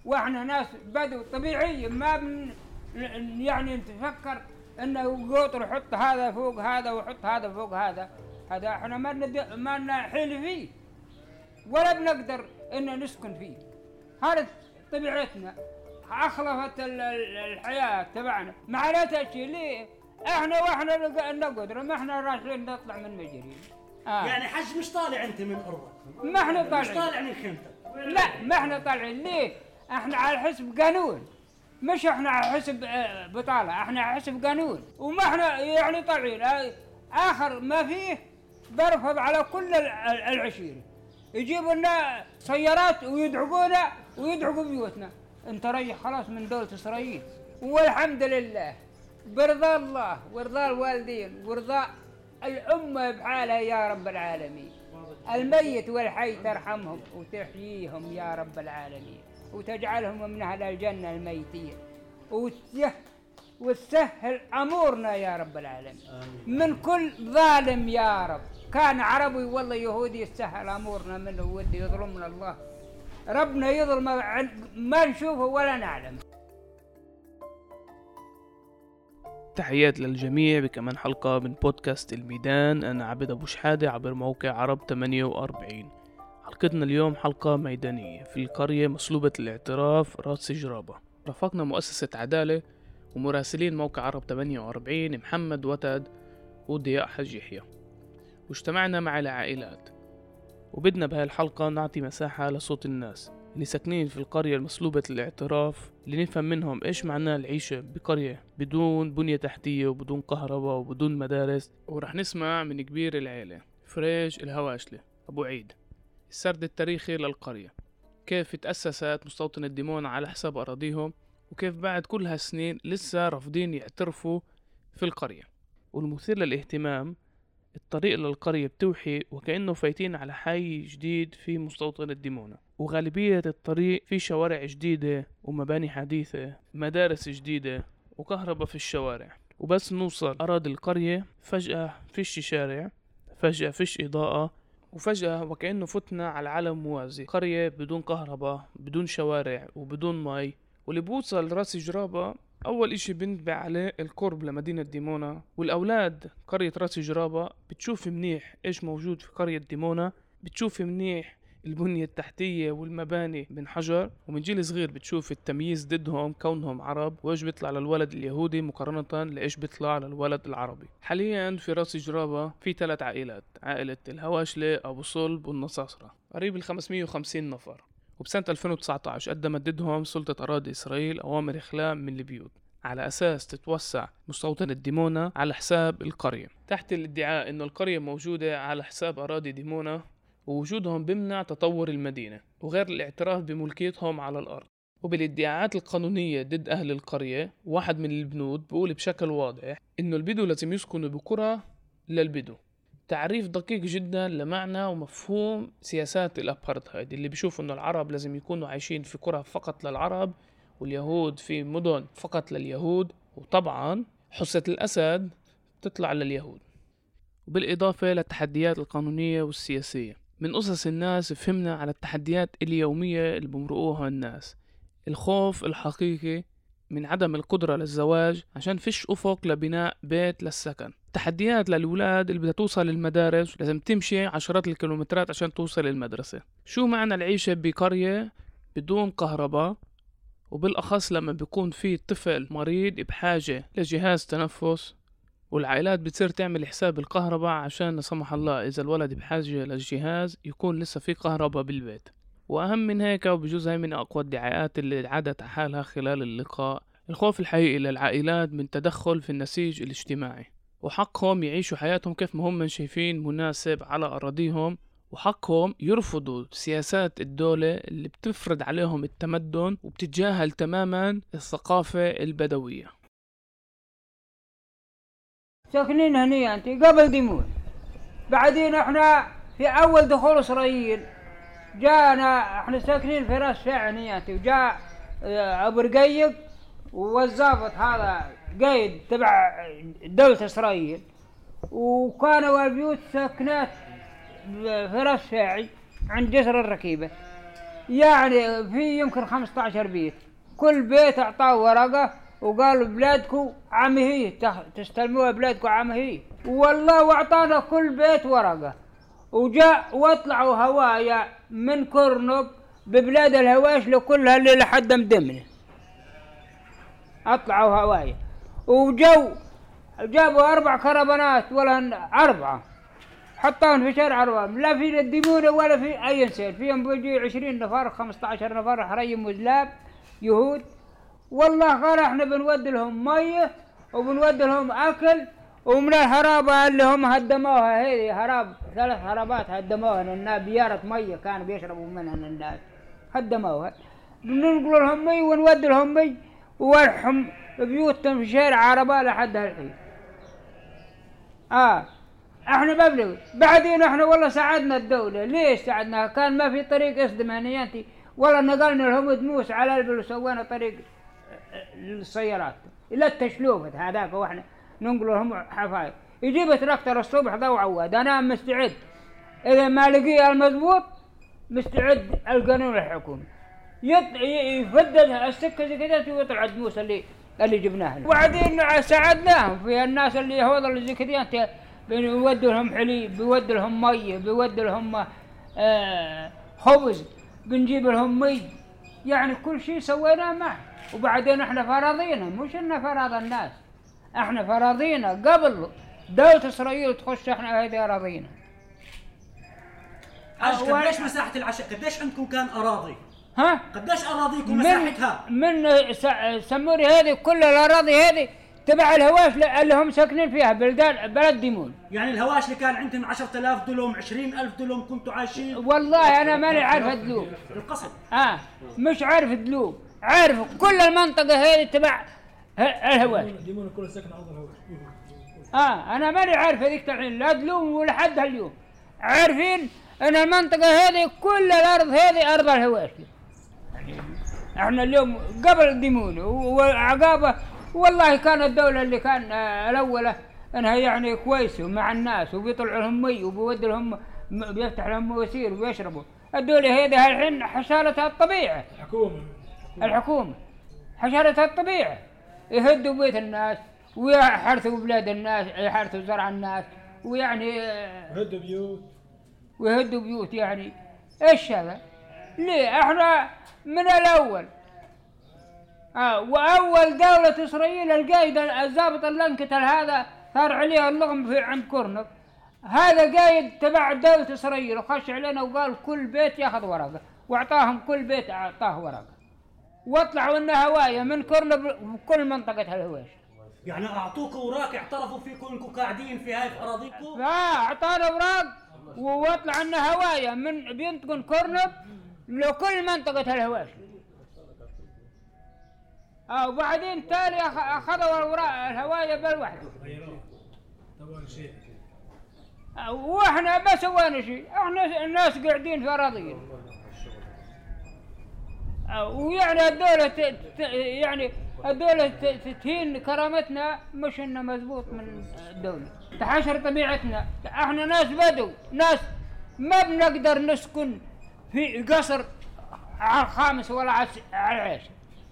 واحنا ناس بدو طبيعي، ما يعني نتفكر انه قطر يحط هذا فوق هذا ويحط هذا فوق هذا. هذا احنا ما لنا حيل فيه ولا بنقدر ان نسكن فيه. هذا طبيعتنا اخلفت الحياه تبعنا. معناتها شيء ليه واحنا نقدر، ما احنا رايحين نطلع من مجرين. يعني حج مش طالع انت من ارضك؟ ما احنا طالعين، مش طالع من خيمتك؟ لا ما احنا طالعين. ليه؟ احنا على حسب قانون، مش احنا على حسب بطالة، احنا على حسب قانون. وما احنا يعني طالعين. اخر ما فيه برفض على كل العشيرة، يجيبوا لنا سيارات ويدعقونا ويدعقوا بيوتنا. انت ريح خلاص من دولة اسرائيل، والحمد لله برضا الله ورضا الوالدين ورضا الأمة بحالها يا رب العالمين. الميت والحي ترحمهم وتحييهم يا رب العالمين، وتجعلهم من أهل الجنة الميتين، وتسهل أمورنا يا رب العالمين من كل ظالم يا رب، كان عربي والله يهودي، يسهل أمورنا منه ودي يظلمنا الله. ربنا يظلم ما نشوفه ولا نعلم. تحيات للجميع بكمان حلقة من بودكاست الميدان. أنا عبد أبو شحادة عبر موقع عرب 48. حلقتنا اليوم حلقة ميدانية في القرية مصلوبة الاعتراف راس جرابة. رافقنا مؤسسة عدالة ومراسلين موقع عرب 48 محمد وتد وضياء حج يحيى، واجتمعنا مع العائلات، وبدنا بهاي الحلقة نعطي مساحة لصوت الناس اللي ساكنين في القرية المصلوبة الاعتراف، اللي نفهم منهم إيش معناه العيشة بقرية بدون بنية تحتية وبدون كهرباء وبدون مدارس. ورح نسمع من كبير العيلة فريج الهواشلي أبو عيد السرد التاريخي للقرية، كيف تأسست مستوطنة ديمونا على حساب أراضيهم، وكيف بعد كل هالسنين لسه رافضين يعترفوا في القرية. والمثير للاهتمام الطريق للقرية بتوحي وكأنه فايتين على حي جديد في مستوطنة ديمونا، وغالبية الطريق في شوارع جديدة ومباني حديثة، مدارس جديدة وكهرباء في الشوارع. وبس نوصل أراضي القرية فجأة فيش شارع، فجأة فيش إضاءة، وفجأة وكأنه فتنا على عالم موازي، قرية بدون كهرباء بدون شوارع وبدون مي. واللي بوصل راس جرابة أول إشي بنتبع عليه القرب لمدينة ديمونا، والأولاد قرية راس جرابة بتشوف منيح إيش موجود في قرية ديمونا، بتشوف منيح البنية التحتية والمباني من حجر، ومن جيل صغير بتشوف التمييز ضدهم كونهم عرب وإيش بيطلع للولد اليهودي مقارنة لإيش بيطلع للولد العربي. حاليا في راس جرابة في 3 عائلات، عائلة الهواشلي أبو صلب والنصاصرة، قريب 550 نفر. وبسنة 2019 قدمت ضدهم سلطة أراضي إسرائيل أوامر إخلاء من البيوت على أساس تتوسع مستوطنة ديمونا على حساب القرية، تحت الادعاء إنه القرية موجودة على حساب أراضي ديمونا ووجودهم بمنع تطور المدينة وغير الاعتراف بملكيتهم على الأرض. وبالادعاءات القانونية ضد أهل القرية، واحد من البنود بيقول بشكل واضح إنه البدو لازم يسكنوا بقرى للبدو، تعريف دقيق جدا لمعنى ومفهوم سياسات الأبارتهايد اللي بيشوفوا إنه العرب لازم يكونوا عايشين في قرى فقط للعرب واليهود في مدن فقط لليهود، وطبعا حصة الأسد تطلع لليهود. وبالإضافة للتحديات القانونية والسياسية، من قصص الناس فهمنا على التحديات اليومية اللي بمرقوها الناس، الخوف الحقيقي من عدم القدرة للزواج عشان فيش أفق لبناء بيت للسكن، تحديات للأولاد اللي بدها توصل للمدارس لازم تمشي عشرات الكيلومترات عشان توصل للمدرسة. شو معنى العيشة بقرية بدون كهرباء، وبالأخص لما بيكون في طفل مريض بحاجة لجهاز تنفس، والعائلات بتصير تعمل حساب الكهرباء عشان لا سمح الله إذا الولد بحاجة للجهاز يكون لسه في كهرباء بالبيت. وأهم من هيك وبجوز هاي من أقوى الدعايات اللي عادت حالها خلال اللقاء، الخوف الحقيقي للعائلات من تدخل في النسيج الاجتماعي، وحقهم يعيشوا حياتهم كيف ما هم شايفين مناسب على أراضيهم، وحقهم يرفضوا سياسات الدولة اللي بتفرض عليهم التمدن وبتتجاهل تماما الثقافة البدوية. ساكنين هني أنت قبل ديمون، بعدين احنا في أول دخول إسرائيل جانا احنا ساكنين في راس شاعني أنت، وجاء أبو رقيق والضابط هذا قايد تبع دولة إسرائيل، وكانوا البيوت ساكنات في راس شاعي عند جسر الركيبة. يعني في يمكن 15 بيت، كل بيت اعطاه ورقة وقالوا بلادكم عمهي تستلموها، بلادكم عمهي. والله واعطانا كل بيت ورقة، وجاء واطلعوا هوايا من كرنب ببلاد الهواش لكلها اللي لحد مدمنة، اطلعوا هوايا جابوا 4 كربانات ولا 4 حطاهم في شارع عروان، لا في الديمونة ولا في أي إنسان، فيهم بيجي 20 نفر 15 نفر حريم وزلاب يهود. والله قال احنا بنودي لهم مية وبنودي لهم أكل، ومن الهرابة اللي هم هدموها، هذه هراب 3 هرابات هدموها للناس، بيارة مية كانوا بيشربوا منها الناس هدموها، بننقل لهم مي ونودي لهم مي ونرحم بيوتهم في شارع عربة لحد هالحين. احنا مبلغ بعدين احنا والله ساعدنا الدولة. ليش ساعدناها؟ كان ما في طريق اسد مهنيانتي ولا نقلنا لهم دموس على البل وسوينا طريق للسيارات الا التشلوفة هذاك، واحنا ننقل لهم حفاير. يجيب تراكتر الصبح ضو عواد، انا مستعد اذا ما لقي المضبوط مستعد القانون الحكومي يفدد السكة زي كذا ويطلع الدموس اللي جبناها. وبعدين ساعدناهم في الناس اللي هو اللي زي كذا، بيودوا لهم حليب، بيودوا لهم ميه، بيودوا لهم خبز، بنجيب لهم مي، يعني كل شيء سويناه معه. وبعدين احنا فراضينا، مش اننا فراض الناس، احنا فراضينا قبل دولة اسرائيل تخش، احنا هذه اراضينا. قديش مساحة العشاء؟ قديش عندكم كان اراضي؟ قديش اراضيكم مساحتها؟ من سموري هذه كل الاراضي هذه تبع الهواش اللي هم ساكنين فيها بلد ديمون. يعني الهواش اللي كان عندهم 10,000 دلم 20,000 دلم كنتوا عايشين؟ والله انا ماني عارف الدلوب القصد. مش عارف الدلوب، عارف كل المنطقة هذه تبع الهواش. ديمون كله ساكن على الهواش. انا ماني عارف هذيك الحين لا دلوب ولا حد هاليوم عارفين ان المنطقة هذه كل الارض هذه ارض الهواش. احنا اليوم قبل ديمون وعقابه والله كانت الدولة اللي كان الأولى انها يعني كويسة مع الناس، وبيطلع لهم مي وبيودي لهم، بيفتح لهم مواسير ويشربوا. الدولة هذه الحين حشرتها الطبيعة، الحكومة حشرتها الطبيعة، يهدوا بيت الناس ويحرثوا بلاد الناس، يحرثوا زرع الناس، ويعني ويهدوا بيوت. يعني ايش هذا؟ ليه احنا من الأول وأول دولة إسرائيل القايد الضابط اللنكتل هذا صار عليه اللغم في عند كرنب، هذا قايد تبع دولة إسرائيل وخش علينا وقال كل بيت ياخذ ورقة، واعطاهم كل بيت اعطاه ورقة، واطلعوا لنا هواية من كرنب بكل منطقة الهواش. يعني أعطوك أوراق اعترفوا فيكم إنكم قاعدين في هاي أراضيكم؟ أعطانا أوراق واطلع لنا هواية من بينتقن كرنب لكل منطقة الهواش. وبعدين تالي أخذوا الهواية بالوحدة، واحنا ما سوينا شيء، احنا الناس قاعدين في أراضينا. ويعني الدولة تهين كرامتنا، مش إنه مزبوط من الدولة، تحشر طبيعتنا. احنا ناس بدو، ناس ما بنقدر نسكن في قصر على الخامس ولا على العاشر.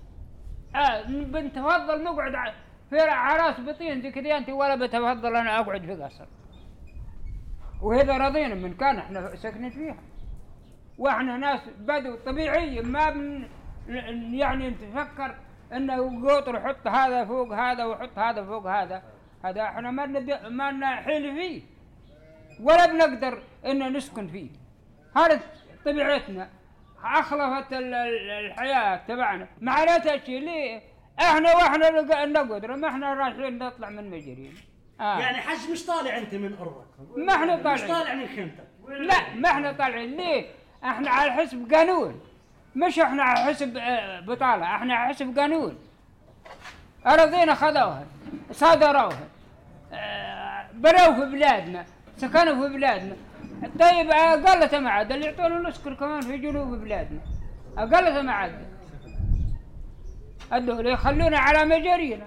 بنتفضل نقعد في عراس بطين زي كذا انت، ولا بتفضل انا اقعد في قصر. وهذا رضينا من كان احنا ساكنين فيها، واحنا ناس بدو طبيعي، ما يعني نتفكر انه قطر يحط هذا فوق هذا ويحط هذا فوق هذا احنا ما لنا حيل فيه ولا بنقدر ان نسكن فيه. هذا طبيعتنا، أخلفت الحياة تبعنا. معناتها شيء ليه واحنا نقدر، ما احنا رايحين نطلع من مجرين. يعني حج مش طالع انت من ارضك؟ ما احنا طالعين، مش طالع من خيمتك؟ لا ما احنا طالعين. ليه؟ احنا على حسب قانون، مش احنا على حسب بطالة، احنا على حسب قانون. أراضينا خذوها، صادروها، بنوا في بلادنا، سكنوا في بلادنا. طيب أقلت ما عاد اللي يعطونا نسكن كمان في جنوب بلادنا، أقلت ما عاد الدولة يخلونا على مجارينا.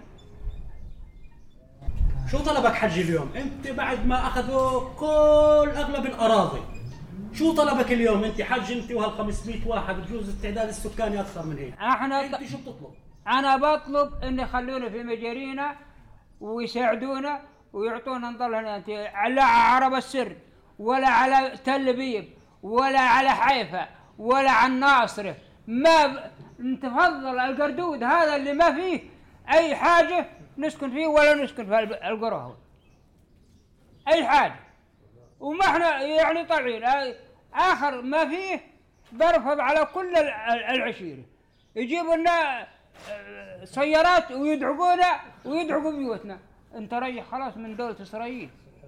شو طلبك حجي اليوم؟ أنت بعد ما أخذوا كل أغلب الأراضي شو طلبك اليوم انت حج انت وهال500 واحد؟ بجوز التعداد السكاني اكثر من هيك. انت شو بتطلب؟ انا بطلب ان يخلونا في مجارينا ويساعدونا ويعطونا نضل هنا، لا عرب السر ولا على تل أبيب ولا على حيفا ولا على الناصرة، ما نتفضل القردود هذا اللي ما فيه اي حاجة نسكن فيه ولا نسكن في القرى اي حاجة. وما احنا يعني طالعين اخر ما فيه برفض على كل العشيرة، يجيبوا لنا سيارات ويدعقونا ويدعقوا بيوتنا. انت ريح خلاص من دولة اسرائيل،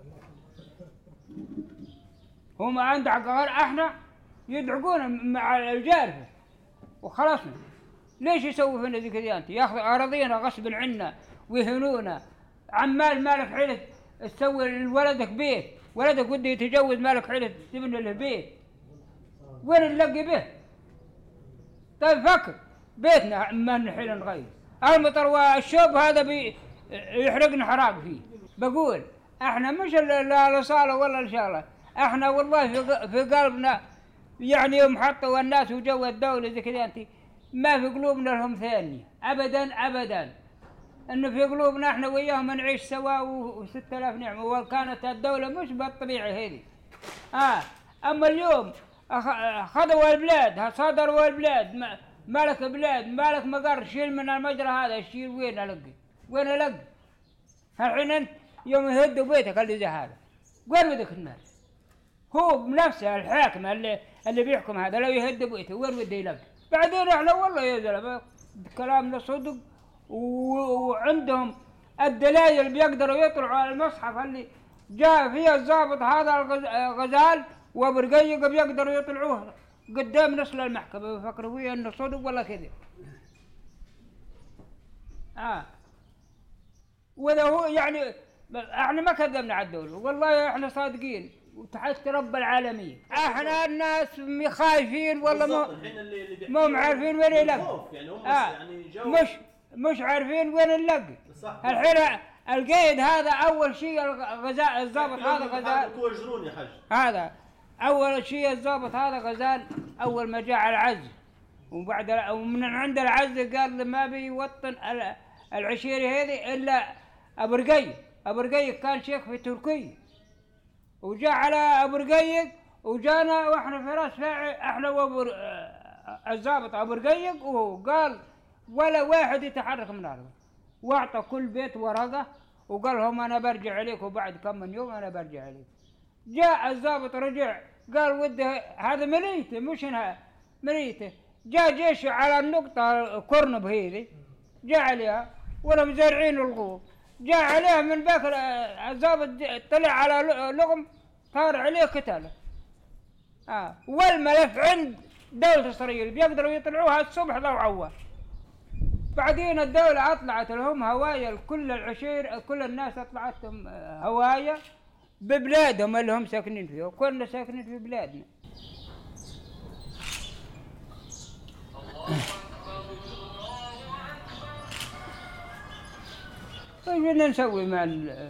هم عندك غير احنا يدعقونا مع الجارفة وخلصنا. ليش يسووا فينا ذيك الديانتي؟ ياخذوا اراضينا غصب عنا ويهنونا. عمال مالك حيلة تسوي لولدك بيت، ولدك وده يتجوز مالك حيلة تبني له بيت، وين نلقي به؟ طيب فكر بيتنا ما نحل نغير المطر والشوب هذا يحرقنا حراق فيه. بقول احنا مش لا صالة ولا ان شاء الله، احنا والله في قلبنا يعني يوم حطوا الناس وجو الدولة زي كذا انت ما في قلوبنا لهم ثاني ابدا ابدا، انه في قلوبنا احنا وياهم نعيش سوا و6000 نعمة، وكانت الدولة مش بالطبيعة هذه. اما اليوم خذوا البلاد، صدروا البلاد، مالك بلاد مالك مقر، شيل من المجرى هذا شيل. وين ألقي؟ وين ألقي؟ الحين أنت يوم يهدوا بيتك اللي زي هذا وين بدك الناس؟ هو بنفسه الحاكم اللي بيحكم هذا لو يهد بيته وين بده يلقي؟ بعدين احنا والله يا زلمه كلامنا صدق، وعندهم الدلائل بيقدروا يطلعوا على المصحف اللي جاء فيه الضابط هذا الغزال وبرقيق بيقدروا يطلعوه قدام نصل المحكمة بيفكروا فيه انه صدق ولا كذب. وإذا هو يعني احنا ما كذبنا على الدولة، والله احنا صادقين وتحت رب العالمين. احنا الناس خايفين والله مو عارفين وين يلقوا، مش عارفين وين نلقي. الحين القيد هذا اول شيء الغزال الضابط هذا غزال يا حاج. هذا اول شيء الضابط هذا غزال اول ما جاء على العز، وبعد ومن عند العز قال ما بيوطن العشيرة هذه الا ابو رقيق. ابو رقيق كان شيخ في تركيا وجاء على ابو رقيق وجانا واحنا في راس فاعل احنا وابو الضابط ابو رقيق، وقال ولا واحد يتحرك من الارض، واعطى كل بيت ورقه وقال لهم انا برجع عليك وبعد كم من يوم انا برجع عليك. جاء الضابط رجع قال وده هذا مليته مش مليته. جاء جيش على النقطه كرنب هذه جاء عليها ولا مزارعين الغوب، جاء عليها من باكر الضابط طلع على لغم طار عليه قتاله. والملف عند دولة إسرائيل بيقدروا يطلعوها الصبح ضو عوار. بعدين الدولة أطلعت لهم هوايا كل العشير كل الناس أطلعت لهم هوايا ببلادهم اللي هم ساكنين فيه، وكنا ساكنين في بلادنا. ايش بدنا نسوي مع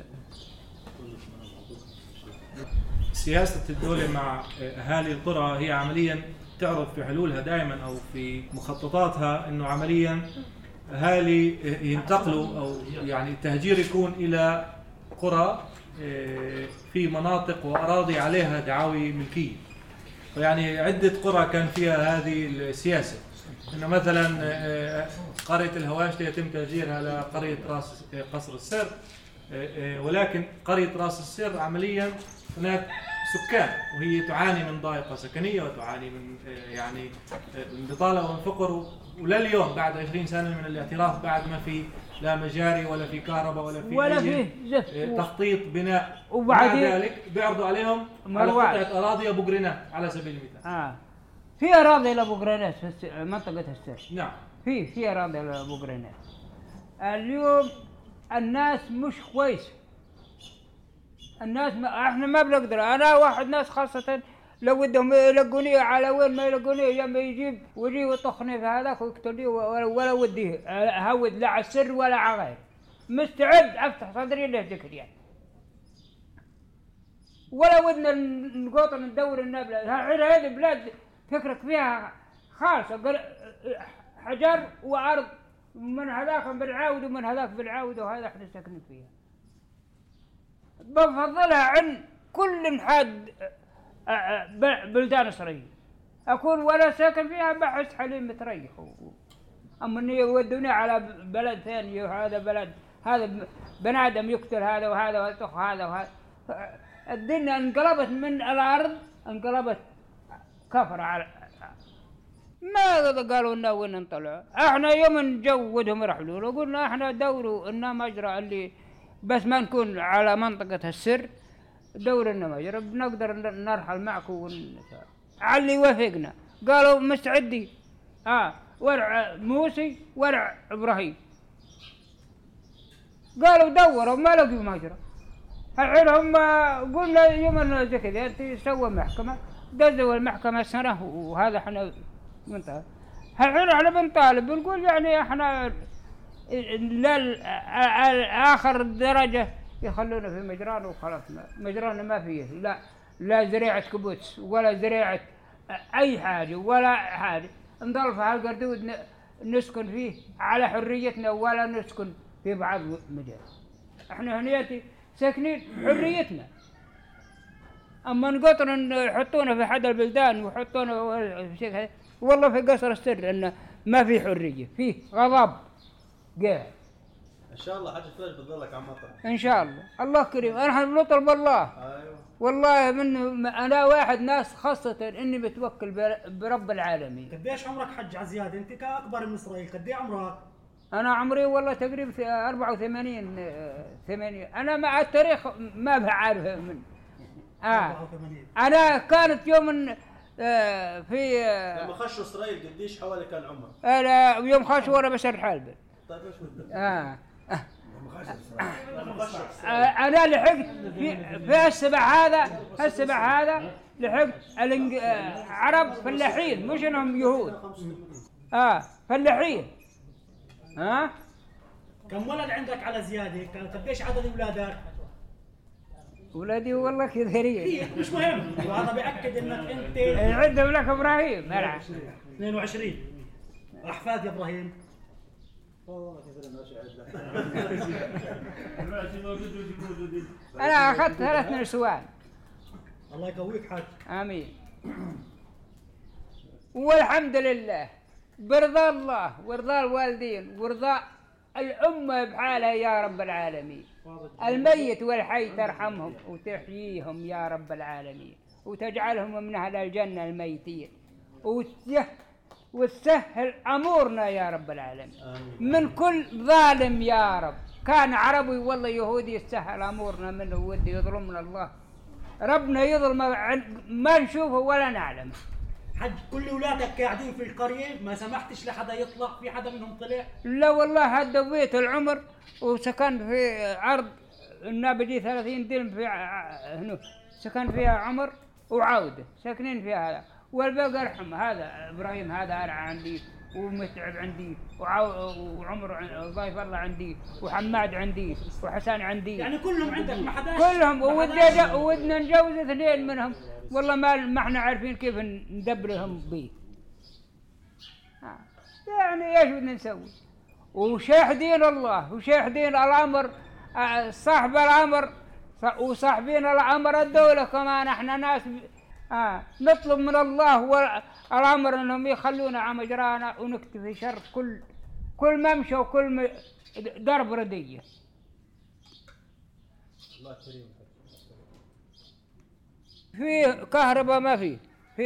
سياسة الدولة مع أهالي القرى؟ هي عمليا تعرض في حلولها دائما أو في مخططاتها أنه عمليا أهالي ينتقلوا أو يعني التهجير يكون إلى قرى في مناطق وأراضي عليها دعاوي ملكية. ويعني عدة قرى كان فيها هذه السياسة، إنه مثلا قرية الهواشة يتم تهجيرها لقرية راس قصر السر، ولكن قرية راس السر عمليا هناك سكان وهي تعاني من ضائقة سكنية وتعاني من يعني بطالة وفقر، ولليوم بعد 20 سنة من الاعتراف بعد ما في لا مجاري ولا في كهرباء ولا في تخطيط بناء. وبعد ذلك بيعرضوا عليهم على قطعة أراضي أبو قرينات على سبيل المثال. في أراضي لأبو قرينات في منطقة السر. نعم في أراضي لأبو قرينات. اليوم الناس مش كويس، الناس احنا ما بنقدر. انا واحد ناس خاصة لو ودهم يلقوني على وين ما يلقوني يا يجيب ويجي ويطخني في هذاك ويقتلني ولا وديه هود لا على السر ولا على غير. مستعد افتح صدري له ذكر يعني. ولا ودنا نقاطن ندور النبلة. هذه بلاد فكرك فيها خالصة، حجر وأرض، من هذاك بالعاود ومن هذاك بالعاود، وهذا احنا ساكنين فيها. بفضلها عن كل حد بلدان إسرائيل. أكون ولا ساكن فيها بحس حالي متريح. أما إني يودوني على بلد ثاني، وهذا بلد هذا بنادم يقتل هذا وهذا ويطخ هذا وهذا. الدنيا انقلبت من الأرض، انقلبت كفر على ما قالوا لنا وين نطلع. احنا يوم نجودهم رحلوا وقلنا احنا دوروا لنا مجرى اللي بس ما نكون على منطقة السر، دور لنا مجرى بنقدر نرحل معكم على اللي وافقنا. قالوا مستعدين. ورع موسى ورع إبراهيم. قالوا دوروا ما لقوا مجرى. الحين هم قلنا يوم زي كذا انت سوى محكمة، دزوا المحكمة سنة وهذا احنا منتهى. الحين احنا بنطالب بنقول يعني احنا آخر درجة يخلونا في مجرانا وخلاص. مجرانا ما فيه لا زريعة كبوتس ولا زريعة أي حاجة ولا حاجة. نضل في هالقردود نسكن فيه على حريتنا ولا نسكن في بعض مجال. احنا هنياتي ساكنين حريتنا. أما نقطر يحطونا في حد البلدان ويحطونا في شيء، والله في قصر السر إنه ما في حرية، فيه غضب قاعد. إن شاء الله حاجة فلاش بتضلك عم مطر. إن شاء الله. الله كريم. أنا نطلب الله. أيوة. والله من أنا واحد ناس خاصة إني بتوكل برب العالمين. قديش عمرك حج عزياد؟ أنت كأكبر من إسرائيل قديش عمرك؟ أنا عمري والله تقريبا 84 80. أنا مع التاريخ ما بعرفه من 84. أنا كانت يوم في لما خشوا إسرائيل قديش حوالي كان عمرك؟ أنا يوم خشوا وأنا بشر حالبة. طيب إيش بدك؟ أنا لحقت في السبع هذا لحقت عرب فلاحين، مش إنهم يهود. فلاحين. كم ولد عندك على زيادة؟ قديش عدد أولادك؟ ولادي والله كثيرين. مش مهم، وهذا بيأكد إنك أنت عندهم لك إبراهيم 22 أحفاد يا إبراهيم. أنا أخذت 3 نسوان. الله يقويك حاج. آمين. والحمد لله برضا الله ورضا الوالدين ورضا الأمة بحالها يا رب العالمين. الميت والحي ترحمهم وتحييهم يا رب العالمين، وتجعلهم من أهل الجنة الميتين، وتسهل أمورنا يا رب العالمين من كل ظالم يا رب. كان عربي والله يهودي يسهل أمورنا منه ودي يظلمنا الله. ربنا يظلم ما نشوفه ولا نعلمه. حج كل أولادك قاعدين في القرية ما سمحتش لحدا يطلع؟ في حدا منهم طلع؟ لا والله هدوا بيت العمر وسكن في أرض النابجي 30 دلم في هنا سكن فيها عمر وعودة ساكنين فيها هذا. والباقي ارحم هذا إبراهيم هذا أرعى عندي ومتعب عندي وعمر ضايف الله عندي وحماد عندي وحسان عندي. يعني كلهم عندك ما حداش؟ كلهم. ودنا نجوز 2 منهم والله ما احنا عارفين كيف ندبرهم بيه. يعني ايش بدنا نسوي؟ وشاهدين الله وشاهدين الامر صاحب الامر وصاحبين الامر الدولة كمان. احنا ناس نطلب من الله والامر انهم يخلونا على مجرانا ونكتفي شر كل ممشى وكل درب ردية. الله كريم. في كهرباء ما في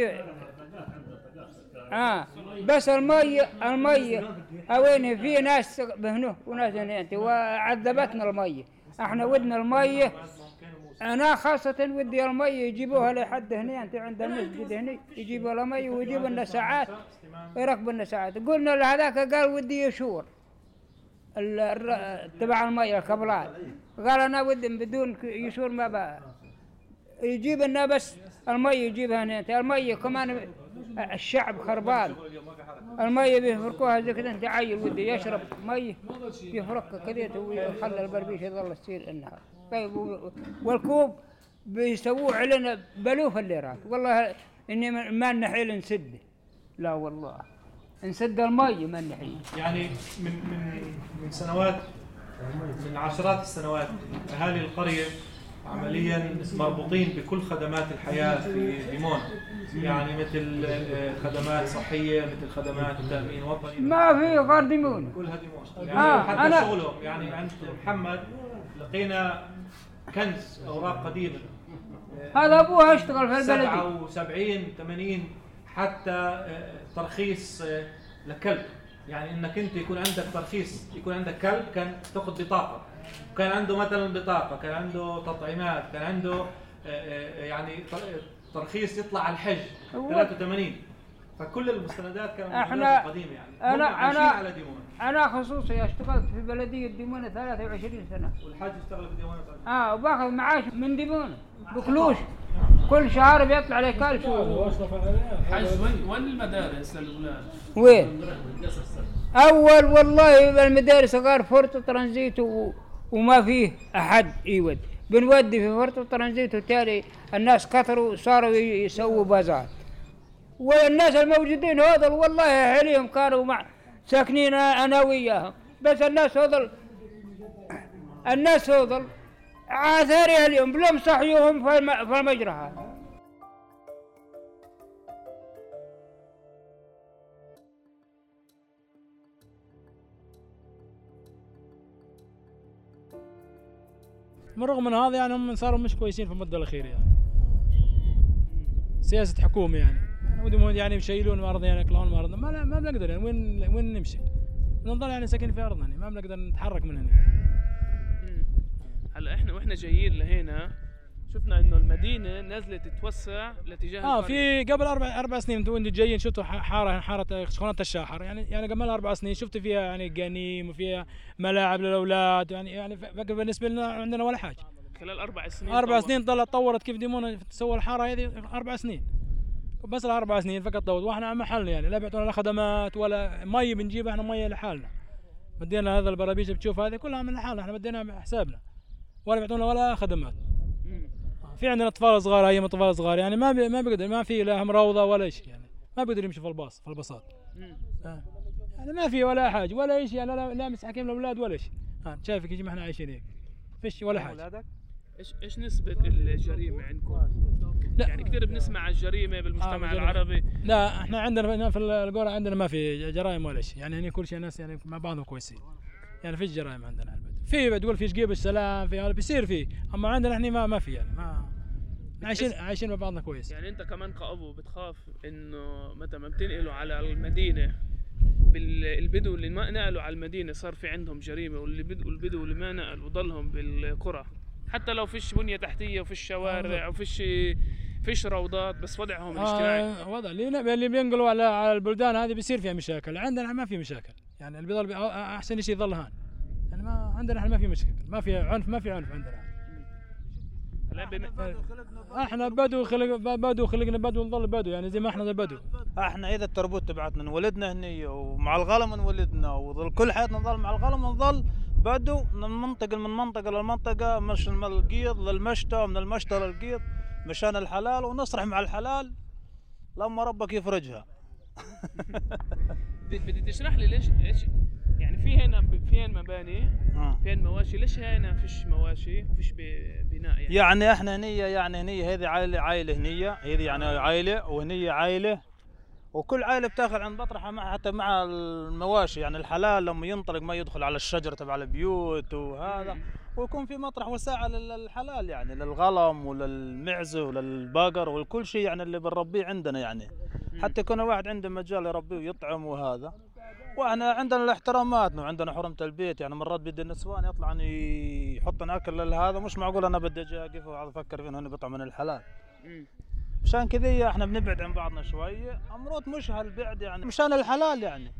بس المية وين في ناس بهنو وناس هنا وعذبتنا المية. احنا ودنا المية. انا خاصة ودي المية يجيبوها لحد هنا انت عند المسجد هنا يجيبوا المية ويجيبوا لنا ساعات يركبوا لنا ساعات. قلنا لهذاك قال ودي يشور تبع المية الكبلات. قال انا ودي بدون يشور ما بقى يجيب لنا بس المية يجيبها هنا. المية كمان الشعب خربان. المية بيفرقوها زي كذا انت عيل ودي يشرب مية يفرقها كذا ويخلي البربيش يظل يصير النهار. طيب والكوب بيسووه علينا بلوف الليرات. والله إني ما نحيل نسده، لا والله نسد المي ما نحيل. يعني من سنوات، من عشرات السنوات أهالي القرية عمليا مربوطين بكل خدمات الحياة في ديمون، يعني مثل خدمات صحية، مثل خدمات تأمين وطني، ما في غير ديمون، كلها ديمون. يعني حتى شغلهم، يعني عند محمد لقينا كنز أوراق قديمة، هذا أبوها اشتغل في البلد 77 80 حتى ترخيص لكلب. يعني انك انت يكون عندك ترخيص، يكون عندك كلب، كان تاخذ بطاقه، كان عنده مثلا بطاقه، كان عنده تطعيمات، كان عنده يعني ترخيص يطلع على الحج 83. فكل المستندات كانت موجوده قديمه. يعني انا على ديمون. انا خصوصي اشتغلت في بلديه ديمونه 23 سنه، والحاج اشتغل في ديمونه وباخذ معاش من ديمونه بكلوش، كل شهر بيطلع لي كالش. حاج وين المدارس للاولاد؟ وين؟ اول والله المدارس غير فرطة ترانزيت وما فيه احد يود، بنودي في فرطة ترانزيت وتالي الناس كثروا صاروا يسووا بازار. والناس الموجودين هذول والله حليهم كانوا مع ساكنين انا وياهم، بس الناس هذول عاثري اليوم بلوم صحيهم في المجرى هذا. من رغم من هذا يعني هم صاروا مش كويسين في المدة الأخيرة، يعني سياسة حكومة يعني ودهم يعني يشيلون أرض، يعني يقلعون أرض، ما بنقدر يعني وين نمشي؟ نضل يعني ساكن في أرضنا، يعني ما بنقدر نتحرك من هنا. هلا احنا واحنا جايين لهنا شفنا انه المدينه نزلت تتوسع لاتجاه في قبل اربع سنين انتم جايين شفتوا حاره شخونة الشاحر، يعني قبل 4 سنين شفت فيها يعني قنيم وفيها ملاعب للاولاد، يعني بالنسبه لنا عندنا ولا حاجه. خلال 4 سنين 4 سنين طورت كيف ديمون تسوى الحاره هذه 4 سنين بس. 4 سنين فقط طورت، واحنا محلنا يعني لا بيعطونا لا خدمات ولا مي، بنجيب احنا ميه لحالنا، بدينا هذا البرابيش بتشوف هذه كلها من لحالنا، احنا بدينا حسابنا ولا بيعطونا ولا خدمات. في عندنا اطفال صغار، ايام اطفال صغار يعني ما بيقدر، ما في لهم روضه ولا شيء، يعني ما بيقدر يمشي في الباصات يعني ما في ولا حاجه ولا شيء، يعني لا مسحكين الاولاد ولا شيء. شايفك يجي ما احنا عايشين هيك فيش ولا حاجه. ايش نسبه الجريمه عندكم؟ لا يعني كثير بنسمع الجريمه بالمجتمع العربي. لا احنا عندنا في القرى عندنا ما في جرائم ولا شيء، يعني هني كل شيء ناس يعني مع بعضهم كويسين، يعني فيش جرائم عندنا البلد. في بتقول في جيب السلام في هذا بيصير فيه، اما عندنا احنا ما في، يعني ما عايشين مع بعضنا كويس. يعني انت كمان كأبو بتخاف انه متى ما بتنقلوا على المدينه البدو اللي ما نقلوا على المدينه صار في عندهم جريمه، والبدو اللي ما نقلوا ضلهم بالقرى، حتى لو فيش بنيه تحتيه وفيش شوارع وفيش روضات، بس وضعهم الاجتماعي وضع اللي بينقلوا على البلدان هذه بيصير فيها مشاكل. عندنا ما في مشاكل، يعني اللي بيضل احسن شيء يظل هان، يعني ما عندنا احنا ما في مشكله، ما في عنف عندنا. احنا بدو خلقنا بدو نظل بدو، يعني زي ما احنا بدو. احنا اذا التربوت تبعتنا انولدنا هني ومع الغلم انولدنا وظل كل حياتنا نظل مع الغلم، نظل بدو ننتقل من منطقه للمنطقه، مش من القيض للمشتى ومن المشتى للقيض مشان الحلال، ونصرح مع الحلال لما ربك يفرجها. بدي تشرح لي ليش يعني في هنا مباني، في هنا مواشي، ليش هنا فيش مواشي وفيش بناء؟ يعني احنا هنيه، يعني هنيه هذه عائله هنيه، هذه يعني عائله وهنيه عائله، وكل عائله بتاخذ عند بطرحها مع حتى مع المواشي، يعني الحلال لما ينطلق ما يدخل على الشجر تبع البيوت وهذا، ويكون في مطرح وساعه للحلال، يعني للغلم وللمعزه وللبقر والكل شيء يعني اللي بنربيه عندنا، يعني حتى يكون واحد عنده مجال يربيه ويطعم وهذا. واحنا عندنا الاحترامات وعندنا حرمه البيت، يعني مرات بدي النسوان يطلع يحطن اكل لهذا، مش معقول انا بدي اجي اقف واقعد افكر فيه انه بيطلع من الحلال. مشان كذا احنا بنبعد عن بعضنا شويه، امرات مش هالبعد يعني مشان الحلال يعني.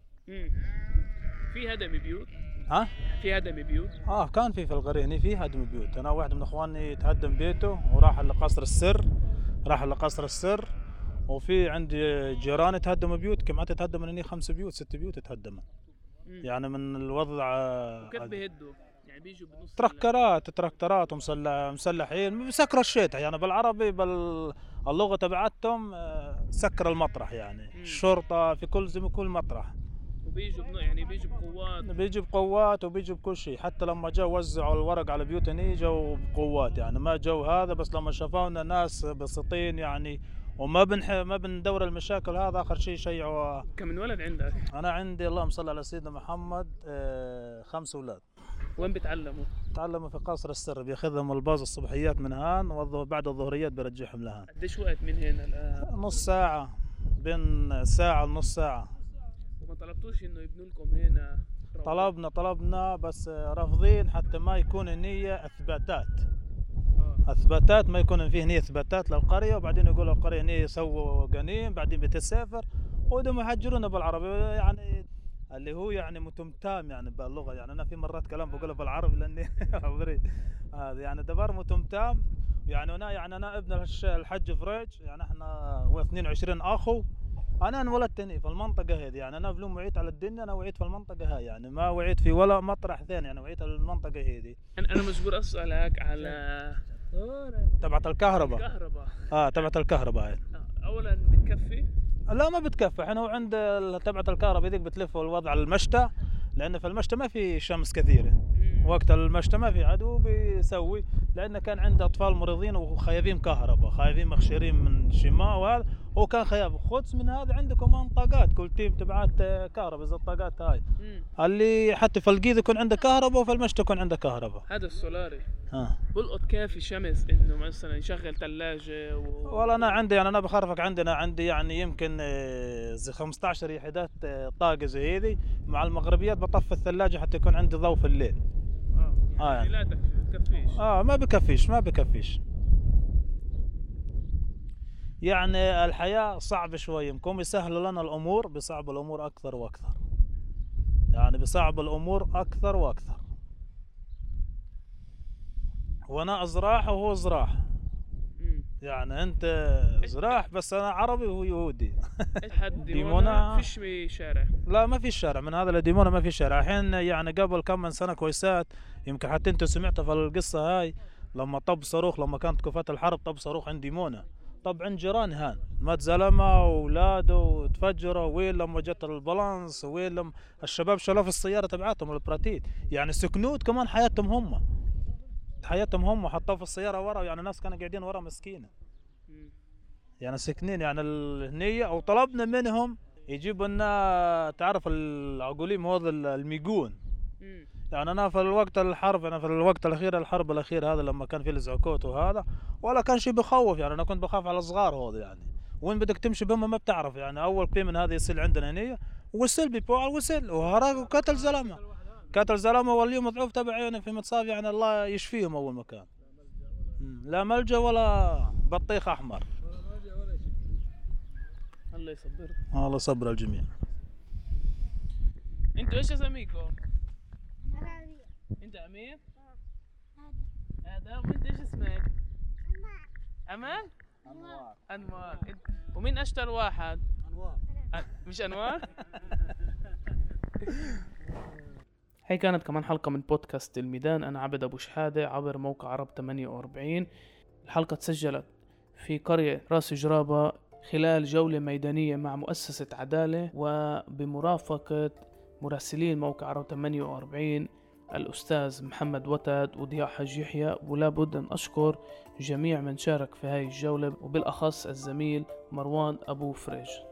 في هدم بيوت؟ في هدم بيوت؟ كان في القريه هنا في هدم بيوت. انا واحد من اخواني تهدم بيته وراح لقصر السر، وفي عندي جيران تهدموا بيوت، كم تهدم من هنا 5 بيوت 6 بيوت تهدموا. يعني من الوضع كيف بيهدوا؟ يعني بيجوا بنص تراكترات مسلحين بسكر الشتاء يعني بالعربي باللغة تبعتهم سكر المطرح يعني الشرطة في كل مطرح. وبيجوا يعني بيجوا بقوات وبيجوا بكل شيء. حتى لما جاء وزعوا الورق على بيوت جوا بقوات يعني ما جو هذا، بس لما شافونا ناس بسيطين يعني وما ما بندور المشاكل هذا آخر شيء شيعوا. كم من ولد عندك؟ أنا عندي اللهم صل على سيدنا محمد 5 أولاد. وين بتعلموا؟ تعلموا في قصر السر، بياخذهم الباص الصبحيات من هان وبعد الظهريات برجعهم لهان. قديش وقت من هنا الآن؟ نص ساعة، بين ساعة لنص ساعة. وما طلبتوش إنه يبنوا لكم هنا؟ طلبنا بس رافضين حتى ما يكون النية اثباتات ما يكون فيه نية اثباتات للقرية، وبعدين يقولوا القرية نية يسووا قنيم بعدين بتسافر ودهم يحجرونا بالعربي يعني اللي هو يعني متمتام يعني باللغة. يعني أنا في مرات كلام بقوله بالعربي لأني عبري هذا يعني دبر متمتام يعني. أنا ابن الحج فريج يعني احنا 22 أخو. أنا انولدتني في المنطقة هذه يعني أنا بلوم وعيت على الدنيا. أنا وعيت في المنطقة هاي يعني ما وعيت في ولا مطرح ثاني يعني وعيت على المنطقة هذه. أنا مجبور أسألك على تبعت الكهرباء. تبعت الكهرباء هاي. أولا بتكفي؟ لا ما بتكفي. احنا عند تبعت الكهرباء ذيك بتلف الوضع على المشتى، لأن في المشتى ما في شمس كثيرة. وقت المشتى ما في عدو بيسوي، لأن كان عنده أطفال مريضين وخايفين كهرباء، خايفين مخشرين من شماء وهذا. هو كان خايف. خدس من هذا عندكم طاقات، كل تيم تبعت كهرباء زي الطاقات هاي اللي حتى في القيد يكون عنده كهرباء وفي المشتى يكون عنده كهرباء. هذا السولاري بلقط كافي شمس انه مثلا يشغل ثلاجه والله انا عندي يعني انا بخرفك عندي يعني يمكن زي 15 وحدات طاقه زي هذي مع المغربيات بطفي الثلاجه حتى يكون عندي ضوء في الليل. يعني لا بكفيش. ما بكفيش يعني الحياة صعبة شوي. ممكن يسهلوا لنا الأمور بصعب الأمور أكثر وأكثر يعني بصعب الأمور أكثر وأكثر. وأنا أزراح وهو زراح يعني أنت زراح بس أنا عربي وهو يهودي. حد ديمونا فيش شارع؟ لا ما في شارع من هذا لديمونا ما في شارع. الحين يعني قبل كم من سنة كويسات يمكن حتى أنت سمعت في القصة هاي لما طب صاروخ لما كانت كفات الحرب طب صاروخ عند ديمونا. طبعا جيران هان مات زلمه واولاده وتفجروا وين لما جت البالانس وين لما الشباب شالوا في السياره تبعتهم البراتيت يعني سكنوت كمان حياتهم هم حطوا في السياره ورا يعني الناس كانوا قاعدين ورا مسكينه يعني سكنين يعني الهنيه. او طلبنا منهم يجيبوا لنا تعرف العقوليم هذا الميجون يعني انا في الوقت الحرب انا في الوقت الاخير الحرب الاخير هذا لما كان في الزعكوت وهذا ولا كان شيء بخوف يعني انا كنت بخاف على الصغار هذا يعني وين بدك تمشي بهم ما بتعرف يعني. اول قيم من هذا يصير عندنا هنا وصل بيبوع وصل وهرق وقتل زلمه واليوم مضعوف تبع يعني في متصاف يعني الله يشفيهم اول مكان. لا ملجأ ولا بطيخ احمر. الله يصبر. الله يصبر الجميع. انتوا ايش اساميكم؟ انت امير؟ هذا وانت ايش اسمك؟ امان؟ انوار. ومين اشطر واحد؟ انوار. مش انوار؟ هي كانت كمان حلقة من بودكاست الميدان. انا عبد ابو شحادة عبر موقع عرب 48. الحلقة تسجلت في قرية راس جرابة خلال جولة ميدانية مع مؤسسة عدالة وبمرافقة مراسلين موقع عرب 48 الأستاذ محمد وتد وضياء حج يحيى. ولا بد أن أشكر جميع من شارك في هذه الجولة وبالأخص الزميل مروان أبو فريج.